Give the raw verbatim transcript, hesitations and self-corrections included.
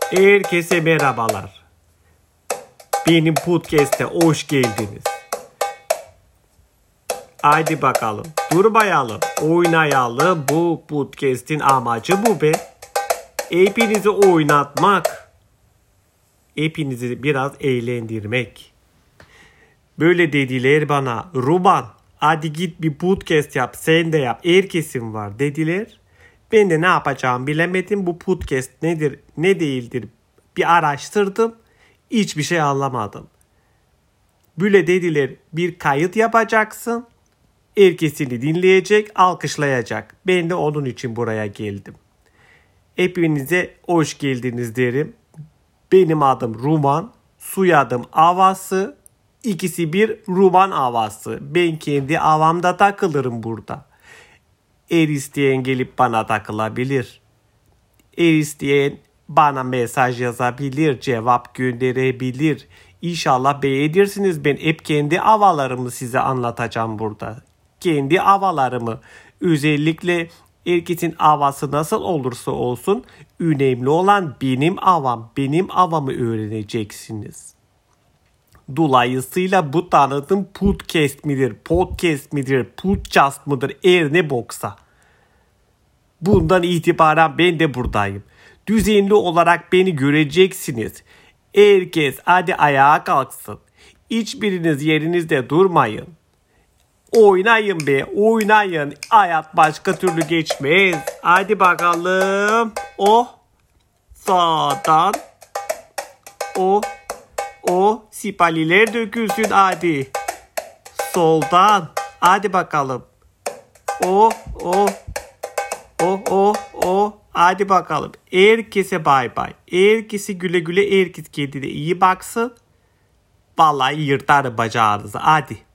Herkese merhabalar. Benim podcast'e hoş geldiniz. Haydi bakalım. Durmayalım. Oynayalım. Bu podcast'in amacı bu be. Hepinizi oynatmak. Hepinizi biraz eğlendirmek. Böyle dediler bana. Ruman, hadi git bir podcast yap. Sen de yap. Herkesin var dediler. Ben de ne yapacağımı bilemedim. Bu podcast nedir, ne değildir bir araştırdım. Hiçbir şey anlamadım. Böyle dediler, bir kayıt yapacaksın. Herkesini dinleyecek, alkışlayacak. Ben de onun için buraya geldim. Hepinize hoş geldiniz derim. Benim adım Ruman. Soyadım Avası. İkisi bir Ruman Avası. Ben kendi avamda takılırım burada. Her isteyen gelip bana takılabilir. Her isteyen bana mesaj yazabilir, cevap gönderebilir. İnşallah beğenirsiniz. Ben hep kendi avalarımı size anlatacağım burada. Kendi avalarımı. Özellikle herkesin avası nasıl olursa olsun önemli olan benim avam. Benim avamı öğreneceksiniz. Dolayısıyla bu tanıtım podcast midir, podcast midir, podcast mıdır, er ne boksa. Bundan itibaren ben de buradayım. Düzenli olarak beni göreceksiniz. Herkes hadi ayağa kalksın. Hiçbiriniz yerinizde durmayın. Oynayın be, oynayın. Hayat başka türlü geçmez. Hadi bakalım. Oh, sağdan. Oh. O sipaliler dökülsün hadi. Soldan. Hadi bakalım. O o o o o hadi bakalım. Herkese bay bay. Herkese güle güle. Herkes kendine iyi baksın. Vallahi yırtarım bacağınızı. Hadi.